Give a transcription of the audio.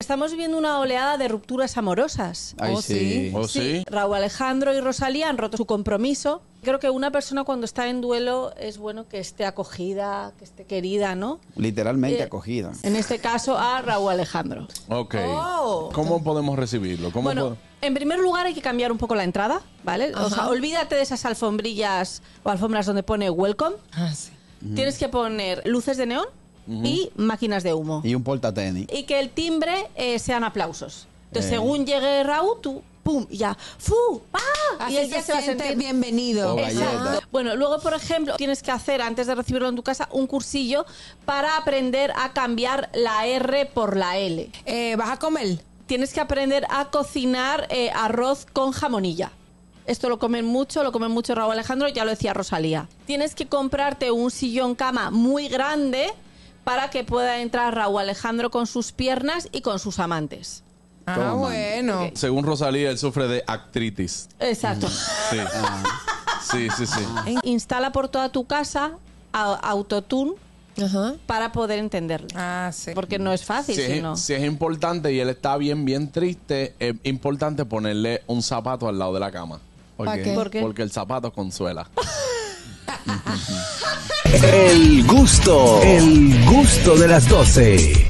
estamos viviendo una oleada de rupturas amorosas. Ay, sí. ¿Oh, sí? Raúl Alejandro y Rosalía han roto su compromiso. Creo que una persona cuando está en duelo es bueno que esté acogida, que esté querida, ¿no? Literalmente acogida. En este caso a Raúl Alejandro. Ok. Oh. ¿Cómo podemos recibirlo? Bueno, en primer lugar hay que cambiar un poco la entrada, ¿vale? O sea, olvídate de esas alfombrillas o alfombras donde pone welcome. Ah, sí. Tienes que poner luces de neón y máquinas de humo. Y un portatenis. Y que el timbre sean aplausos. Entonces, Eh. según llegue Raúl, tú, pum, y ya, ¡fu! ¡Pa! Así Y él ya se va a siente sentir bienvenido. Oh, Exacto. galleta. Bueno, luego, por ejemplo, tienes que hacer, antes de recibirlo en tu casa, un cursillo para aprender a cambiar la R por la L. ¿Vas a comer? Tienes que aprender a cocinar arroz con jamonilla. Esto lo comen mucho Raúl Alejandro, ya lo decía Rosalía. Tienes que comprarte un sillón cama muy grande para que pueda entrar Raúl Alejandro con sus piernas y con sus amantes. Ah, Toma. bueno. Según Rosalía, él sufre de artritis. Exacto. Sí. Sí, sí, sí. Instala por toda tu casa autotune Ajá. para poder entenderlo. Ah, sí. Porque no es fácil, Si no. es importante y él está bien triste, es importante ponerle un zapato al lado de la cama. ¿Por ¿Pa' qué? qué? ¿Por qué? Porque el zapato consuela. El gusto de las 12.